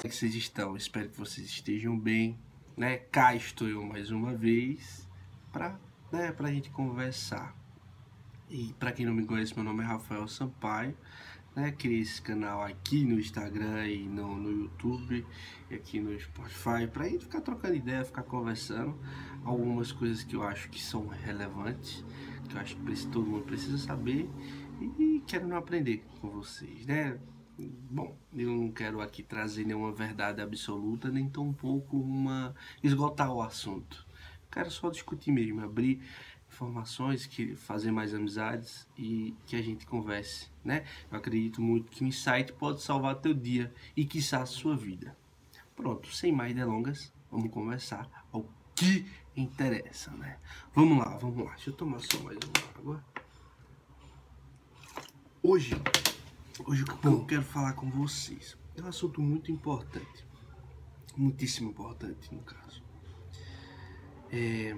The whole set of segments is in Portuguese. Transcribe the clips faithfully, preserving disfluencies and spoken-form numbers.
que vocês estão? Espero que vocês estejam bem, né? Cá estou eu mais uma vez para, né, pra gente conversar. E para quem não me conhece, meu nome é Rafael Sampaio, né? Criei esse canal aqui no Instagram e no, no YouTube e aqui no Spotify para gente ficar trocando ideia, ficar conversando algumas coisas que eu acho que são relevantes, que eu acho que todo mundo precisa saber e quero não aprender com vocês, né? Bom, eu não quero aqui trazer nenhuma verdade absoluta, nem tampouco uma esgotar o assunto. Quero só discutir mesmo, abrir informações, que fazer mais amizades e que a gente converse, né? Eu acredito muito que um insight pode salvar teu dia e quiçá a sua vida. Pronto, sem mais delongas, vamos conversar ao que interessa, né? Vamos lá, vamos lá. Deixa eu tomar só mais uma água. Hoje Hoje o que eu quero falar com vocês é um assunto muito importante, muitíssimo importante no caso. É...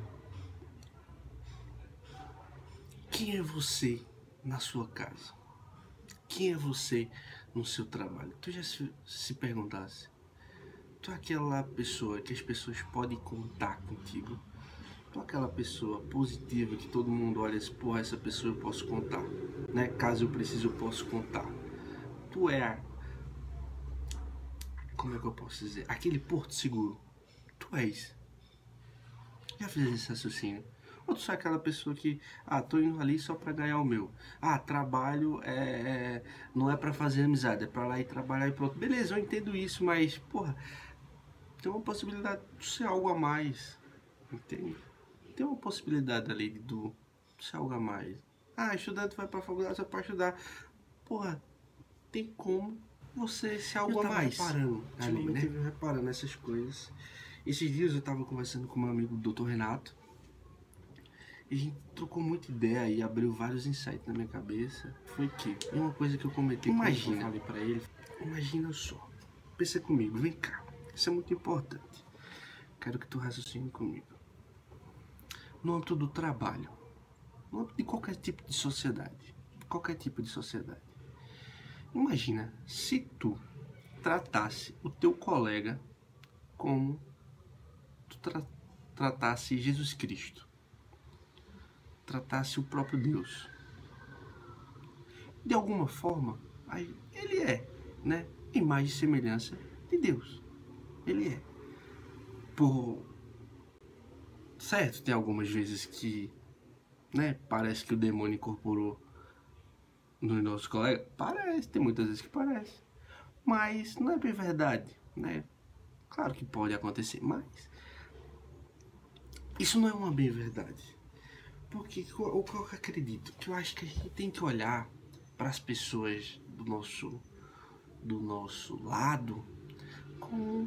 Quem é você na sua casa? Quem é você no seu trabalho? Tu já se, se perguntasse? Tu é aquela pessoa que as pessoas podem contar contigo? Tu é aquela pessoa positiva que todo mundo olha e diz, porra, essa pessoa eu posso contar, né? Caso eu precise eu posso contar. Tu é, como é que eu posso dizer, aquele porto seguro. Tu és. Já fiz esse raciocínio? Ou tu só é aquela pessoa que, ah, tô indo ali só pra ganhar o meu. Ah, trabalho é, é não é pra fazer amizade, é pra lá ir trabalhar e pronto. Beleza, eu entendo isso, mas, porra, tem uma possibilidade de ser algo a mais, entende? Tem uma possibilidade ali de ser algo a mais. Ah, estudante vai pra faculdade só pra estudar. Porra, tem como você ser algo a mais. Reparando, ali, né? Eu reparando nessas coisas. Esses dias eu tava conversando com meu amigo doutor Renato. E a gente trocou muita ideia e abriu vários insights na minha cabeça. Foi que, é uma coisa que eu comentei, imagina, eu falei pra ele. Imagina só, pensa comigo, vem cá. Isso é muito importante. Quero que tu raciocine comigo. No âmbito do trabalho, no âmbito de qualquer tipo de sociedade, qualquer tipo de sociedade. Imagina se tu tratasse o teu colega como tu tra tratasse Jesus Cristo, tratasse o próprio Deus. De alguma forma, ele é, né, imagem e semelhança de Deus. Ele é. Por certo, tem algumas vezes que, né, parece que o demônio incorporou no nosso colega. Parece, tem muitas vezes que parece. Mas não é bem verdade, né? Claro que pode acontecer, mas isso não é uma bem verdade. Porque o que eu acredito, que eu acho que a gente tem que olhar para as pessoas do nosso, do nosso lado como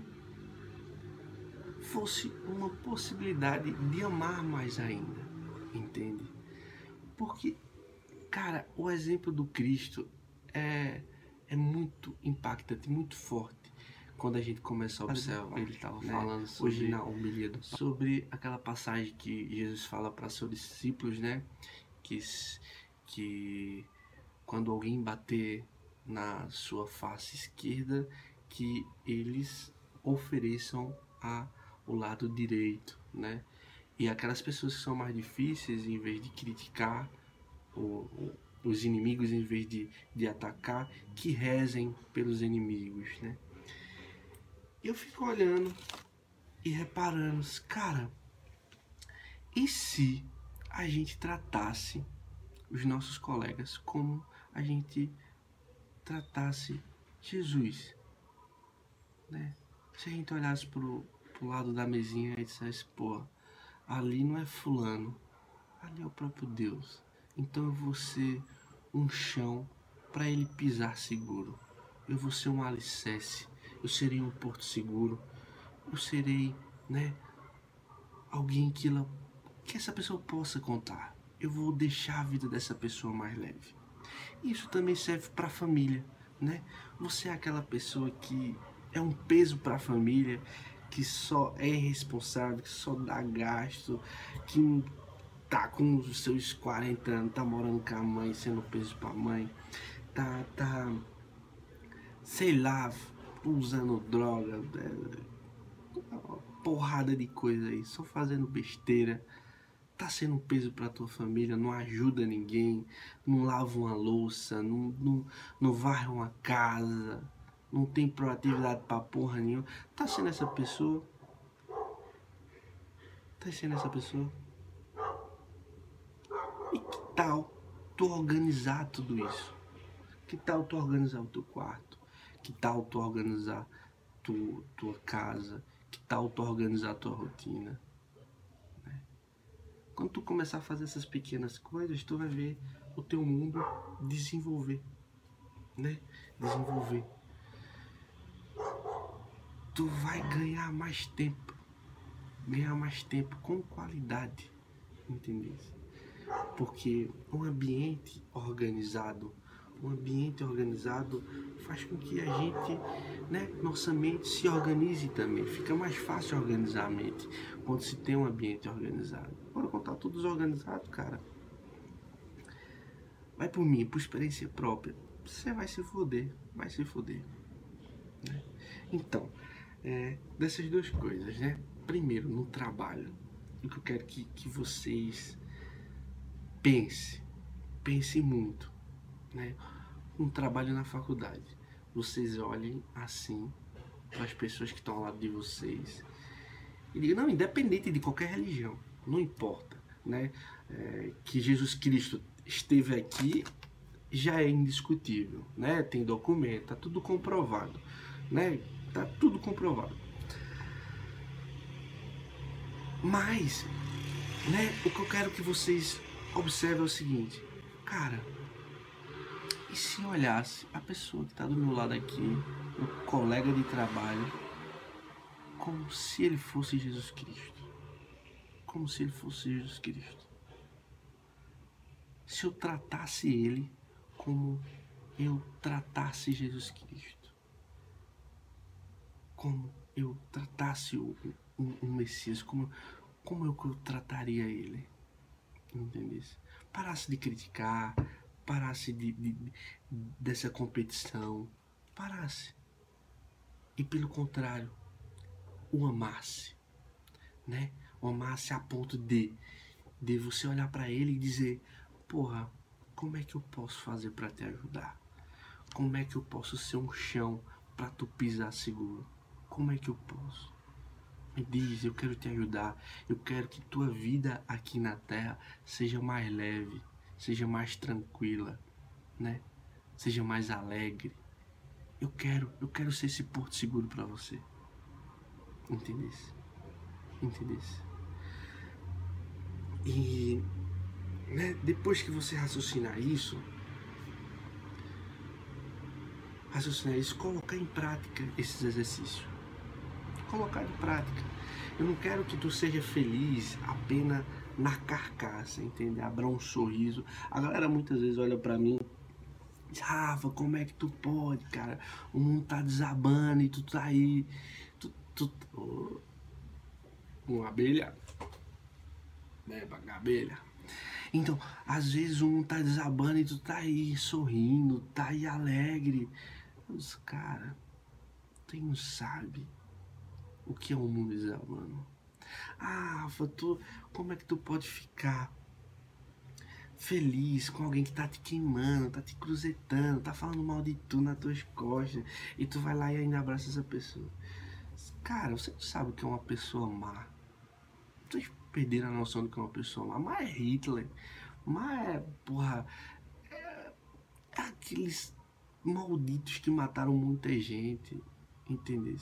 fosse uma possibilidade de amar mais ainda, entende? Porque, cara, o exemplo do Cristo é, é muito impactante, muito forte. Quando a gente começa a observar, ele estava, né, falando sobre, hoje na homilia, sobre aquela passagem que Jesus fala para seus discípulos, né, que, que quando alguém bater na sua face esquerda, que eles ofereçam a, o lado direito, né, e aquelas pessoas que são mais difíceis, em vez de criticar o, o, os inimigos, em vez de, de atacar, que rezem pelos inimigos, né. Eu fico olhando e reparando, cara, e se a gente tratasse os nossos colegas como a gente tratasse Jesus, né? Se a gente olhasse pro, pro lado da mesinha e dissesse, pô, ali não é fulano, ali é o próprio Deus. Então eu vou ser um chão para ele pisar seguro. Eu vou ser um alicerce. Eu serei um porto seguro. Eu serei, né, alguém que, ela, que essa pessoa possa contar. Eu vou deixar a vida dessa pessoa mais leve. Isso também serve para a família, né? Você é aquela pessoa que é um peso para a família, que só é irresponsável, que só dá gasto, que tá com os seus quarenta anos, tá morando com a mãe, sendo peso para a mãe, tá, tá, sei lá, usando droga, é, uma porrada de coisa aí, só fazendo besteira. Tá sendo um peso pra tua família, não ajuda ninguém, não lava uma louça, não, não, não varre uma casa, não tem proatividade pra porra nenhuma. Tá sendo essa pessoa? Tá sendo essa pessoa? E que tal tu organizar tudo isso? Que tal tu organizar o teu quarto? Que tal tu organizar tu, tua casa? Que tal tu organizar a tua rotina? Quando tu começar a fazer essas pequenas coisas, tu vai ver o teu mundo desenvolver, né? Desenvolver. Tu vai ganhar mais tempo, ganhar mais tempo com qualidade, entendeu? Porque um ambiente organizado, um ambiente organizado faz com que a gente, né, nossa mente se organize também. Fica mais fácil organizar a mente quando se tem um ambiente organizado. Agora, quando tá tudo desorganizado, cara, vai por mim, por experiência própria, você vai se foder, vai se foder. Né? Então, é, dessas duas coisas, né? Primeiro, no trabalho, o que eu quero que, que vocês pensem, pensem muito, né? Um trabalho na faculdade, vocês olhem assim para as pessoas que estão ao lado de vocês e digam, não, independente de qualquer religião, não importa, né? É, que Jesus Cristo esteve aqui já é indiscutível, né? Tem documento, tá tudo comprovado, né? Tá tudo comprovado. Mas, né, o que eu quero que vocês observem é o seguinte, cara, e se eu olhasse a pessoa que está do meu lado aqui, o colega de trabalho, como se ele fosse Jesus Cristo? Como se ele fosse Jesus Cristo. Se eu tratasse ele como eu tratasse Jesus Cristo. Como eu tratasse o, o, o Messias, como, como eu, eu trataria ele. Entendeu? Parasse de criticar, parasse de, de, de, dessa competição, parasse. E pelo contrário, o amasse, né? O amasse a ponto de, de você olhar para ele e dizer, porra, como é que eu posso fazer para te ajudar? Como é que eu posso ser um chão para tu pisar seguro? Como é que eu posso? Me diz, eu quero te ajudar, eu quero que tua vida aqui na Terra seja mais leve, seja mais tranquila, né? Seja mais alegre. Eu quero, eu quero ser esse porto seguro para você. Entendesse? Entendesse? E, né, depois que você raciocinar isso, raciocinar isso, colocar em prática esses exercícios. Colocar em prática. Eu não quero que tu seja feliz apenas na carcaça, entende? Abra um sorriso. A galera muitas vezes olha pra mim e diz, Rafa, como é que tu pode, cara? O mundo tá desabando e tu tá aí. Tu, tu, oh, uma abelha. Beba, abelha. Então, às vezes o mundo tá desabando e tu tá aí sorrindo, tá aí alegre. Mas, cara, tu não sabe o que é um mundo desabando. Ah, Rafa, tu, como é que tu pode ficar feliz com alguém que tá te queimando, tá te cruzetando, tá falando mal de tu nas tuas costas e tu vai lá e ainda abraça essa pessoa? Cara, você não sabe o que é uma pessoa má. Vocês perderam a noção do que é uma pessoa má. Má é Hitler, má é, porra, é, é aqueles malditos que mataram muita gente, entendeu?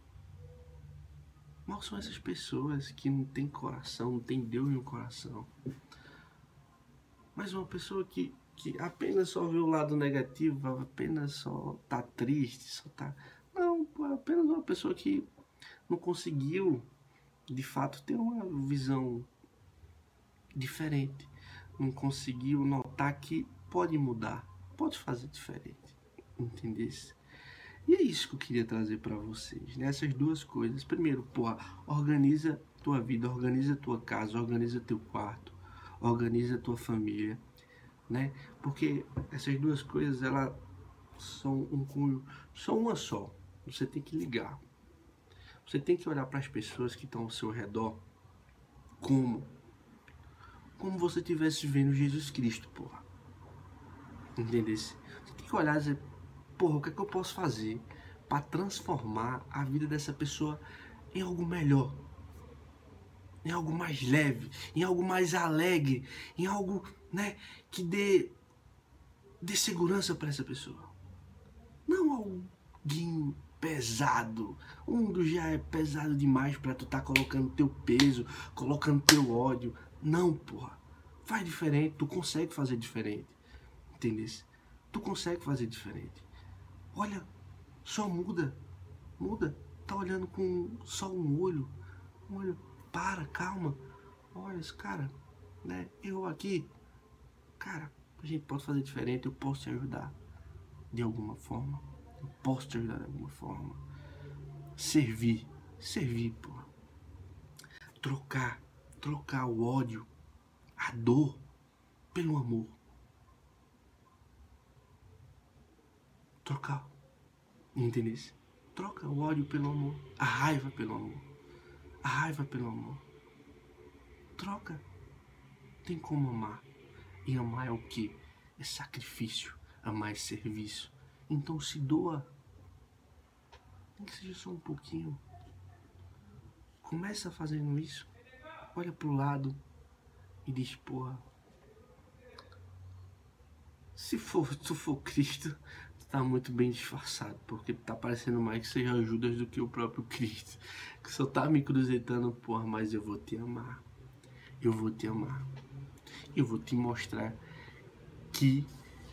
Mal são essas pessoas que não tem coração, não tem Deus no coração. Mas uma pessoa que, que apenas só vê o lado negativo, apenas só tá triste, só tá... Não, pô, é apenas uma pessoa que não conseguiu, de fato, ter uma visão diferente. Não conseguiu notar que pode mudar, pode fazer diferente, entendesse? E é isso que eu queria trazer para vocês, né? Essas duas coisas. Primeiro, porra, organiza tua vida, organiza tua casa, organiza teu quarto, organiza tua família, né? Porque essas duas coisas, elas são um cunho, são uma só, Você tem que ligar. Você tem que olhar para as pessoas que estão ao seu redor como como você estivesse vendo Jesus Cristo, porra. Entendeu? Você tem que olhar e dizer, porra, o que é que eu posso fazer para transformar a vida dessa pessoa em algo melhor, em algo mais leve, em algo mais alegre, em algo, né, que dê, dê segurança para essa pessoa. Não alguém pesado. O mundo já é pesado demais para tu tá colocando teu peso, colocando teu ódio. Não, porra. Faz diferente, tu consegue fazer diferente. Entendeu? Tu consegue fazer diferente. Olha, só muda. Muda. Tá olhando com só um olho. Um olho. Para, calma. Olha, esse cara, né? Eu aqui. Cara, a gente pode fazer diferente. Eu posso te ajudar. De alguma forma. Eu posso te ajudar de alguma forma. Servir. Servir, pô. Trocar. Trocar o ódio. A dor. Pelo amor. Trocar. Entendeu? Troca o ódio pelo amor. A raiva pelo amor. A raiva pelo amor. Troca. Tem como amar. E amar é o quê? É sacrifício. Amar é serviço. Então se doa. Nem que seja só um pouquinho. Começa fazendo isso. Olha pro lado. E diz, porra. Se for, tu for Cristo, tu tá muito bem disfarçado. Porque tá parecendo mais que seja Judas do que o próprio Cristo. Que só tá me cruzetando, porra, mas eu vou te amar. Eu vou te amar. Eu vou te mostrar que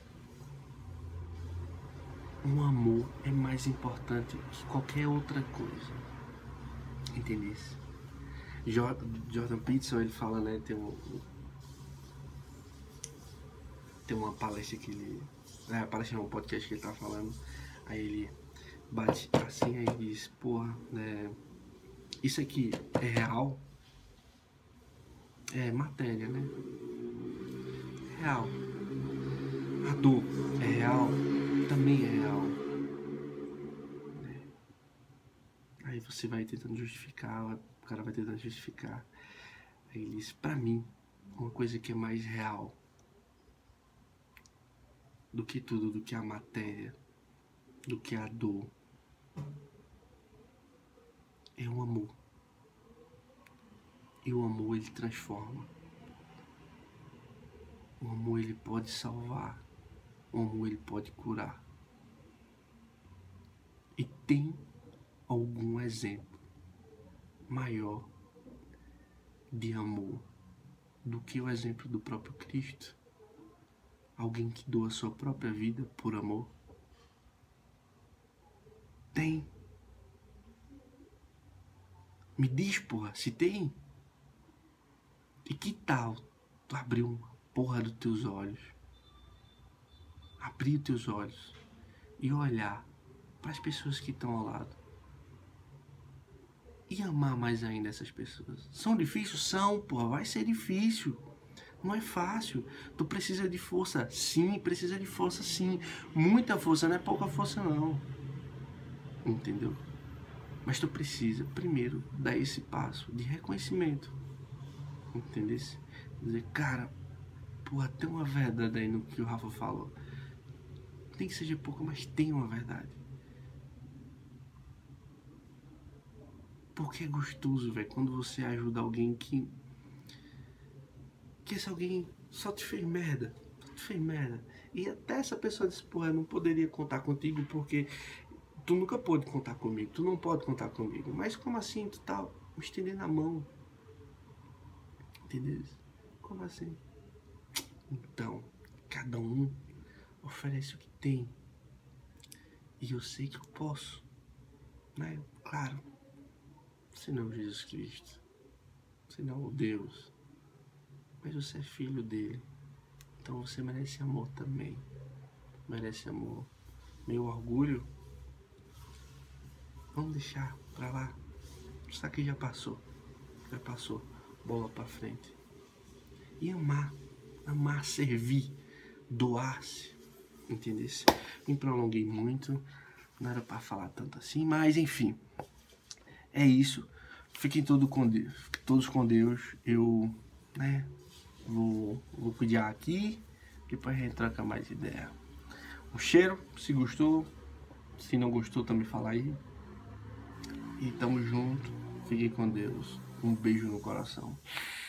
um amor é mais importante que qualquer outra coisa. Entendeu? Jordan Peterson, ele fala, né, tem um, tem uma palestra que ele, é, a palestra é um podcast que ele tá falando, aí ele bate assim, aí diz, porra, né, isso aqui é real? É matéria, né? É real. A dor é real? Também é real. Aí você vai tentando justificar, o cara vai tentando justificar. Aí ele diz, pra mim, uma coisa que é mais real do que tudo, do que a matéria, do que a dor, é o amor. E o amor, ele transforma. O amor, ele pode salvar. O amor, ele pode curar. E tem algum exemplo maior de amor do que o exemplo do próprio Cristo? Alguém que doa sua própria vida por amor? Tem. Me diz, porra, se tem. E que tal tu abrir uma porra dos teus olhos? Abrir os teus olhos e olhar para as pessoas que estão ao lado. E amar mais ainda essas pessoas. São difíceis? São, porra, vai ser difícil. Não é fácil. Tu precisa de força? Sim, precisa de força sim. Muita força, não é pouca força não. Entendeu? Mas tu precisa, primeiro, dar esse passo de reconhecimento. Entendeu? Dizer, cara, porra, tem uma verdade aí no que o Rafa falou. Nem que seja pouco, mas tem uma verdade. Porque é gostoso, velho, quando você ajuda alguém que... Que esse alguém só te fez merda. Só te fez merda. E até essa pessoa disse, porra, eu não poderia contar contigo porque tu nunca pôde contar comigo. Tu não pode contar comigo. Mas como assim tu tá me estendendo a mão? Entendeu? Como assim? Então, cada um oferece o que tem. E eu sei que eu posso. Né? Claro. Você não é o Jesus Cristo. Você não é o Deus. Mas você é filho dele. Então você merece amor também. Merece amor. Meu orgulho, vamos deixar pra lá. Isso aqui já passou. Já passou. Bola pra frente. E amar. Amar, servir. Doar-se. Entendeu? Me prolonguei muito. não era pra falar tanto assim, mas enfim. É isso. Fiquem todos com Deus. Fiquem todos com Deus. Eu, né, vou, vou cuidar aqui. Depois a gente troca mais ideia. Um cheiro, se gostou. Se não gostou, também fala aí. E tamo junto. Fiquem com Deus. Um beijo no coração.